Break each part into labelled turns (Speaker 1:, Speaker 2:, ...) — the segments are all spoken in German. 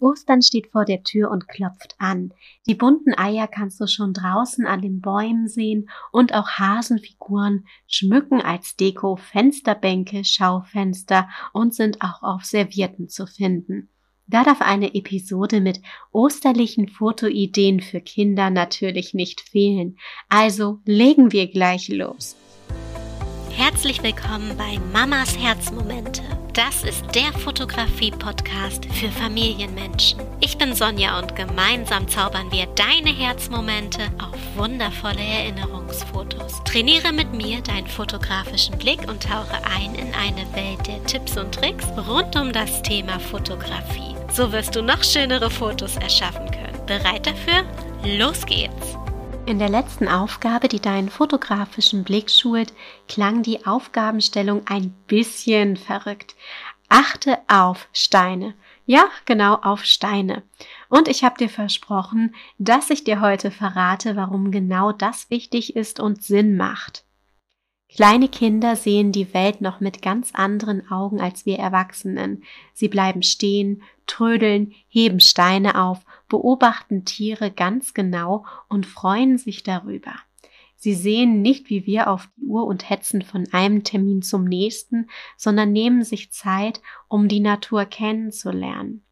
Speaker 1: Ostern steht vor der Tür und klopft an. Die bunten Eier kannst du schon draußen an den Bäumen sehen und auch Hasenfiguren schmücken als Deko Fensterbänke, Schaufenster und sind auch auf Servietten zu finden. Da darf eine Episode mit osterlichen Fotoideen für Kinder natürlich nicht fehlen. Also legen wir gleich los.
Speaker 2: Herzlich willkommen bei Mamas Herzmomente. Das ist der Fotografie-Podcast für Familienmenschen. Ich bin Sonja und gemeinsam zaubern wir deine Herzmomente auf wundervolle Erinnerungsfotos. Trainiere mit mir deinen fotografischen Blick und tauche ein in eine Welt der Tipps und Tricks rund um das Thema Fotografie. So wirst du noch schönere Fotos erschaffen können. Bereit dafür? Los geht's!
Speaker 1: In der letzten Aufgabe, die deinen fotografischen Blick schult, klang die Aufgabenstellung ein bisschen verrückt. Achte auf Steine. Ja, genau, auf Steine. Und ich habe dir versprochen, dass ich dir heute verrate, warum genau das wichtig ist und Sinn macht. Kleine Kinder sehen die Welt noch mit ganz anderen Augen als wir Erwachsenen. Sie bleiben stehen, trödeln, heben Steine auf, beobachten Tiere ganz genau und freuen sich darüber. Sie sehen nicht wie wir auf die Uhr und hetzen von einem Termin zum nächsten, sondern nehmen sich Zeit, um die Natur kennenzulernen.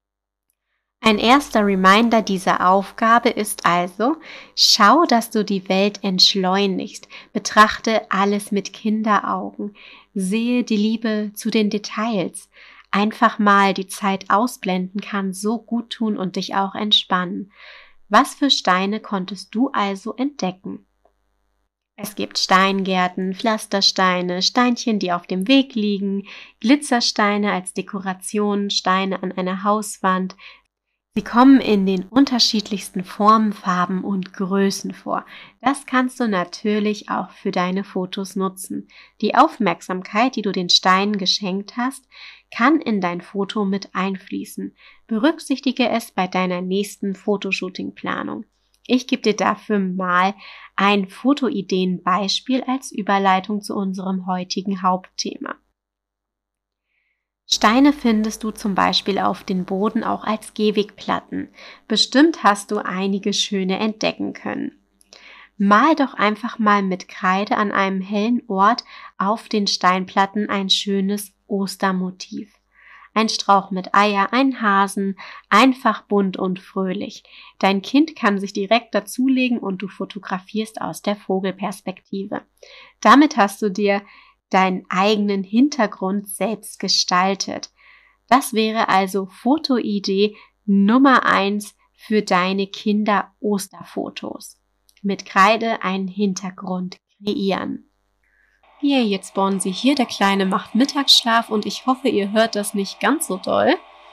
Speaker 1: Ein erster Reminder dieser Aufgabe ist also, schau, dass du die Welt entschleunigst, betrachte alles mit Kinderaugen, sehe die Liebe zu den Details. Einfach mal die Zeit ausblenden kann so gut tun und dich auch entspannen. Was für Steine konntest du also entdecken? Es gibt Steingärten, Pflastersteine, Steinchen, die auf dem Weg liegen, Glitzersteine als Dekoration, Steine an einer Hauswand. Sie kommen in den unterschiedlichsten Formen, Farben und Größen vor. Das kannst du natürlich auch für deine Fotos nutzen. Die Aufmerksamkeit, die du den Steinen geschenkt hast, kann in dein Foto mit einfließen. Berücksichtige es bei deiner nächsten Fotoshooting-Planung. Ich gebe dir dafür mal ein Fotoideen-Beispiel als Überleitung zu unserem heutigen Hauptthema. Steine findest du zum Beispiel auf den Boden auch als Gehwegplatten. Bestimmt hast du einige schöne entdecken können. Mal doch einfach mal mit Kreide an einem hellen Ort auf den Steinplatten ein schönes Ostermotiv. Ein Strauch mit Eier, ein Hasen, einfach bunt und fröhlich. Dein Kind kann sich direkt dazulegen und du fotografierst aus der Vogelperspektive. Damit hast du dir deinen eigenen Hintergrund selbst gestaltet. Das wäre also Fotoidee Nummer 1 für deine Kinder-Osterfotos. Mit Kreide einen Hintergrund kreieren. Jetzt bauen sie hier, der Kleine macht Mittagsschlaf und ich hoffe, ihr hört das nicht ganz so doll.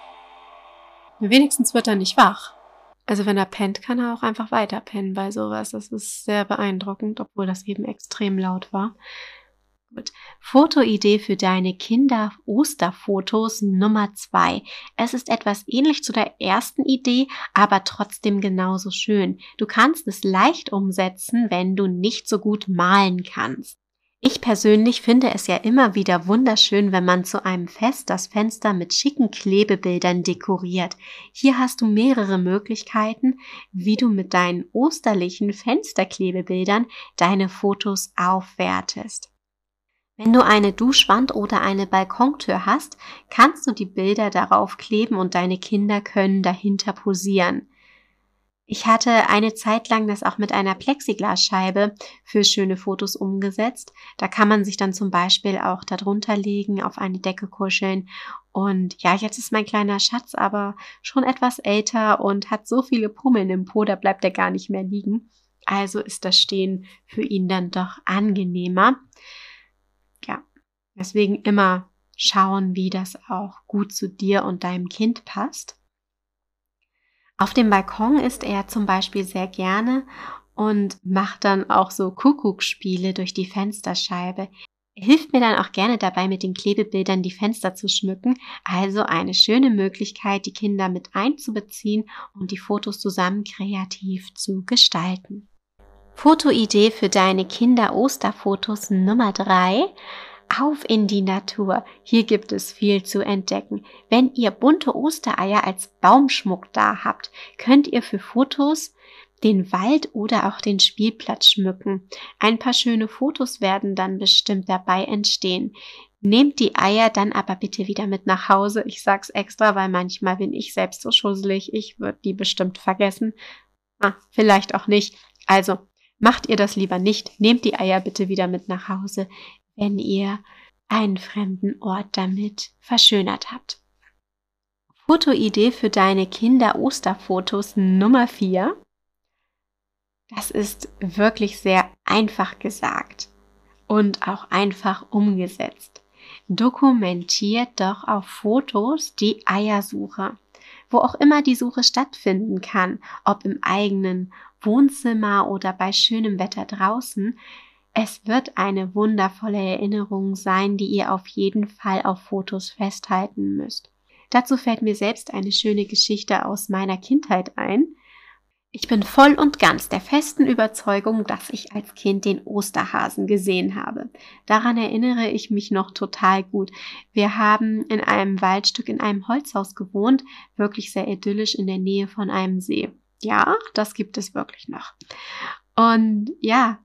Speaker 1: Wenigstens wird er nicht wach. Also wenn er pennt, kann er auch einfach weiter pennen bei sowas. Das ist sehr beeindruckend, obwohl das eben extrem laut war. Gut. Fotoidee für deine Kinder-Osterfotos Nummer 2. Es ist etwas ähnlich zu der ersten Idee, aber trotzdem genauso schön. Du kannst es leicht umsetzen, wenn du nicht so gut malen kannst. Ich persönlich finde es ja immer wieder wunderschön, wenn man zu einem Fest das Fenster mit schicken Klebebildern dekoriert. Hier hast du mehrere Möglichkeiten, wie du mit deinen osterlichen Fensterklebebildern deine Fotos aufwertest. Wenn du eine Duschwand oder eine Balkontür hast, kannst du die Bilder darauf kleben und deine Kinder können dahinter posieren. Ich hatte eine Zeit lang das auch mit einer Plexiglasscheibe für schöne Fotos umgesetzt. Da kann man sich dann zum Beispiel auch darunter legen, auf eine Decke kuscheln. Und ja, jetzt ist mein kleiner Schatz aber schon etwas älter und hat so viele Pummeln im Po, da bleibt er gar nicht mehr liegen. Also ist das Stehen für ihn dann doch angenehmer. Ja, deswegen immer schauen, wie das auch gut zu dir und deinem Kind passt. Auf dem Balkon ist er zum Beispiel sehr gerne und macht dann auch so Kuckucksspiele durch die Fensterscheibe. Er hilft mir dann auch gerne dabei, mit den Klebebildern die Fenster zu schmücken. Also eine schöne Möglichkeit, die Kinder mit einzubeziehen und die Fotos zusammen kreativ zu gestalten. Fotoidee für deine Kinder-Osterfotos Nummer 3. Auf in die Natur, hier gibt es viel zu entdecken. Wenn ihr bunte Ostereier als Baumschmuck da habt, könnt ihr für Fotos den Wald oder auch den Spielplatz schmücken. Ein paar schöne Fotos werden dann bestimmt dabei entstehen. Nehmt die Eier dann aber bitte wieder mit nach Hause. Ich sag's extra, weil manchmal bin ich selbst so schusselig. Ich würde die bestimmt vergessen. Vielleicht auch nicht. Also macht ihr das lieber nicht. Nehmt die Eier bitte wieder mit nach Hause, wenn ihr einen fremden Ort damit verschönert habt. Fotoidee für deine Kinder-Osterfotos Nummer 4. Das ist wirklich sehr einfach gesagt und auch einfach umgesetzt. Dokumentiert doch auf Fotos die Eiersuche, wo auch immer die Suche stattfinden kann, ob im eigenen Wohnzimmer oder bei schönem Wetter draußen. Es wird eine wundervolle Erinnerung sein, die ihr auf jeden Fall auf Fotos festhalten müsst. Dazu fällt mir selbst eine schöne Geschichte aus meiner Kindheit ein. Ich bin voll und ganz der festen Überzeugung, dass ich als Kind den Osterhasen gesehen habe. Daran erinnere ich mich noch total gut. Wir haben in einem Waldstück in einem Holzhaus gewohnt, wirklich sehr idyllisch in der Nähe von einem See. Ja, das gibt es wirklich noch. Und ja,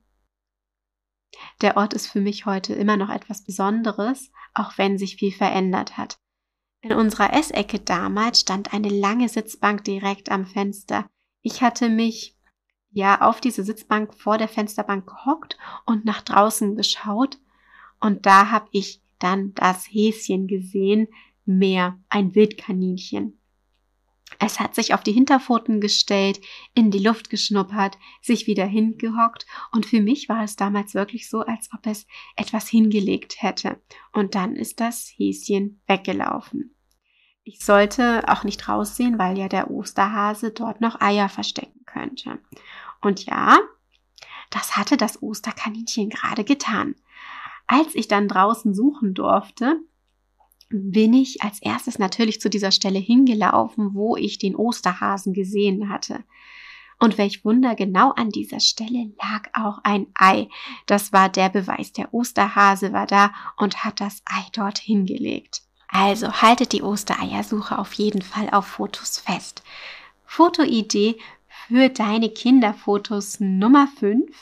Speaker 1: der Ort ist für mich heute immer noch etwas Besonderes, auch wenn sich viel verändert hat. In unserer Essecke damals stand eine lange Sitzbank direkt am Fenster. Ich hatte mich auf diese Sitzbank vor der Fensterbank gehockt und nach draußen geschaut und da habe ich dann das Häschen gesehen, ein Wildkaninchen. Es hat sich auf die Hinterpfoten gestellt, in die Luft geschnuppert, sich wieder hingehockt und für mich war es damals wirklich so, als ob es etwas hingelegt hätte. Und dann ist das Häschen weggelaufen. Ich sollte auch nicht raussehen, weil ja der Osterhase dort noch Eier verstecken könnte. Und ja, das hatte das Osterkaninchen gerade getan. Als ich dann draußen suchen durfte, bin ich als erstes natürlich zu dieser Stelle hingelaufen, wo ich den Osterhasen gesehen hatte. Und welch Wunder, genau an dieser Stelle lag auch ein Ei. Das war der Beweis, der Osterhase war da und hat das Ei dort hingelegt. Also haltet die Ostereiersuche auf jeden Fall auf Fotos fest. Fotoidee für deine Kinderfotos Nummer 5.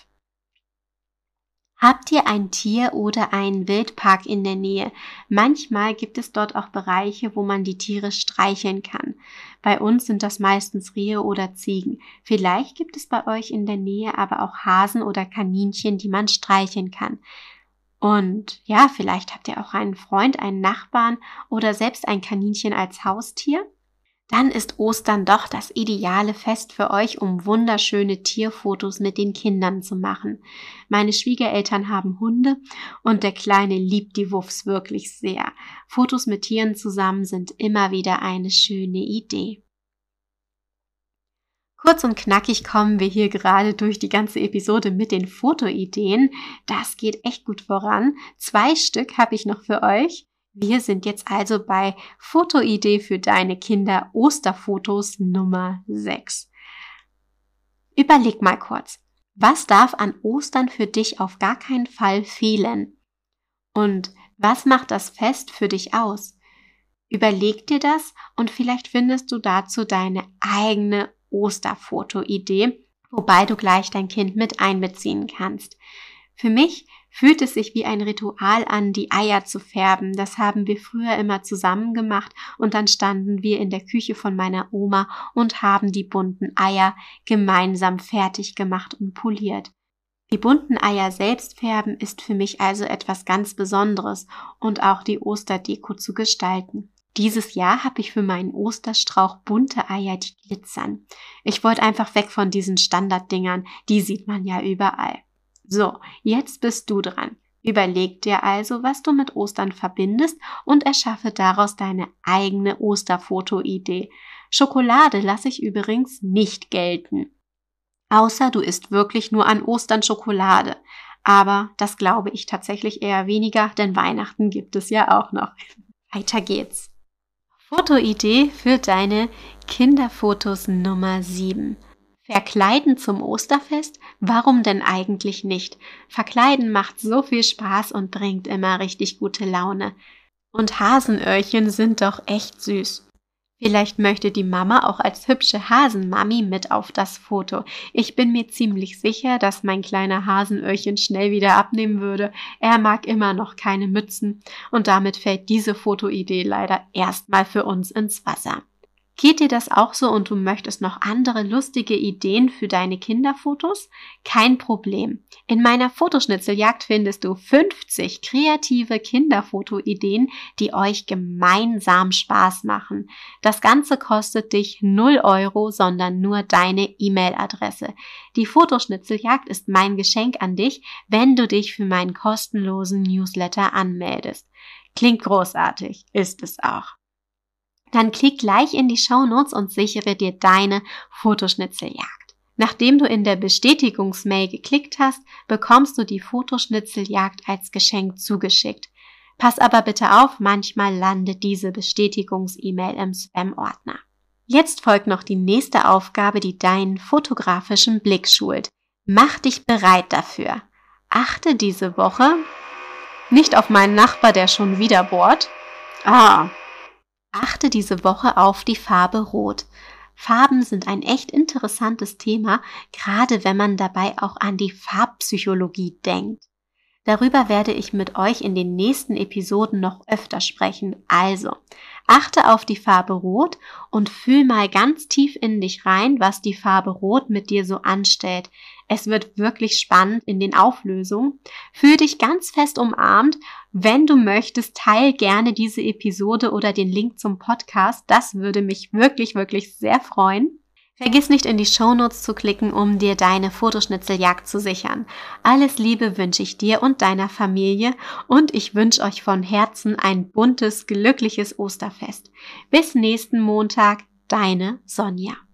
Speaker 1: Habt ihr ein Tier oder einen Wildpark in der Nähe? Manchmal gibt es dort auch Bereiche, wo man die Tiere streicheln kann. Bei uns sind das meistens Rehe oder Ziegen. Vielleicht gibt es bei euch in der Nähe aber auch Hasen oder Kaninchen, die man streicheln kann. Und ja, vielleicht habt ihr auch einen Freund, einen Nachbarn oder selbst ein Kaninchen als Haustier. Dann ist Ostern doch das ideale Fest für euch, um wunderschöne Tierfotos mit den Kindern zu machen. Meine Schwiegereltern haben Hunde und der Kleine liebt die Wuffs wirklich sehr. Fotos mit Tieren zusammen sind immer wieder eine schöne Idee. Kurz und knackig kommen wir hier gerade durch die ganze Episode mit den Fotoideen. Das geht echt gut voran. 2 Stück habe ich noch für euch. Wir sind jetzt also bei Fotoidee für deine Kinder Osterfotos Nummer 6. Überleg mal kurz, was darf an Ostern für dich auf gar keinen Fall fehlen? Und was macht das Fest für dich aus? Überleg dir das und vielleicht findest du dazu deine eigene Osterfotoidee, wobei du gleich dein Kind mit einbeziehen kannst. Für mich fühlt es sich wie ein Ritual an, die Eier zu färben. Das haben wir früher immer zusammen gemacht und dann standen wir in der Küche von meiner Oma und haben die bunten Eier gemeinsam fertig gemacht und poliert. Die bunten Eier selbst färben ist für mich also etwas ganz Besonderes und auch die Osterdeko zu gestalten. Dieses Jahr habe ich für meinen Osterstrauch bunte Eier, die glitzern. Ich wollte einfach weg von diesen Standarddingern, die sieht man ja überall. So, jetzt bist du dran. Überleg dir also, was du mit Ostern verbindest und erschaffe daraus deine eigene Osterfotoidee. Schokolade lasse ich übrigens nicht gelten. Außer du isst wirklich nur an Ostern Schokolade. Aber das glaube ich tatsächlich eher weniger, denn Weihnachten gibt es ja auch noch. Weiter geht's. Fotoidee für deine Kinderfotos Nummer 7. Verkleiden zum Osterfest? Warum denn eigentlich nicht? Verkleiden macht so viel Spaß und bringt immer richtig gute Laune. Und Hasenöhrchen sind doch echt süß. Vielleicht möchte die Mama auch als hübsche Hasenmami mit auf das Foto. Ich bin mir ziemlich sicher, dass mein kleiner Hasenöhrchen schnell wieder abnehmen würde. Er mag immer noch keine Mützen und damit fällt diese Fotoidee leider erstmal für uns ins Wasser. Geht dir das auch so und du möchtest noch andere lustige Ideen für deine Kinderfotos? Kein Problem. In meiner Fotoschnitzeljagd findest du 50 kreative Kinderfotoideen, die euch gemeinsam Spaß machen. Das Ganze kostet dich 0 €, sondern nur deine E-Mail-Adresse. Die Fotoschnitzeljagd ist mein Geschenk an dich, wenn du dich für meinen kostenlosen Newsletter anmeldest. Klingt großartig, ist es auch. Dann klick gleich in die Shownotes und sichere dir deine Fotoschnitzeljagd. Nachdem du in der Bestätigungsmail geklickt hast, bekommst du die Fotoschnitzeljagd als Geschenk zugeschickt. Pass aber bitte auf, manchmal landet diese Bestätigungs-E-Mail im Spam-Ordner. Jetzt folgt noch die nächste Aufgabe, die deinen fotografischen Blick schult. Mach dich bereit dafür. Achte diese Woche nicht auf meinen Nachbar, der schon wieder bohrt. Achte diese Woche auf die Farbe Rot. Farben sind ein echt interessantes Thema, gerade wenn man dabei auch an die Farbpsychologie denkt. Darüber werde ich mit euch in den nächsten Episoden noch öfter sprechen. Also, achte auf die Farbe Rot und fühl mal ganz tief in dich rein, was die Farbe Rot mit dir so anstellt. Es wird wirklich spannend in den Auflösungen. Fühl dich ganz fest umarmt. Wenn du möchtest, teil gerne diese Episode oder den Link zum Podcast. Das würde mich wirklich, wirklich sehr freuen. Vergiss nicht, in die Shownotes zu klicken, um dir deine Fotoschnitzeljagd zu sichern. Alles Liebe wünsche ich dir und deiner Familie und ich wünsche euch von Herzen ein buntes, glückliches Osterfest. Bis nächsten Montag, deine Sonja.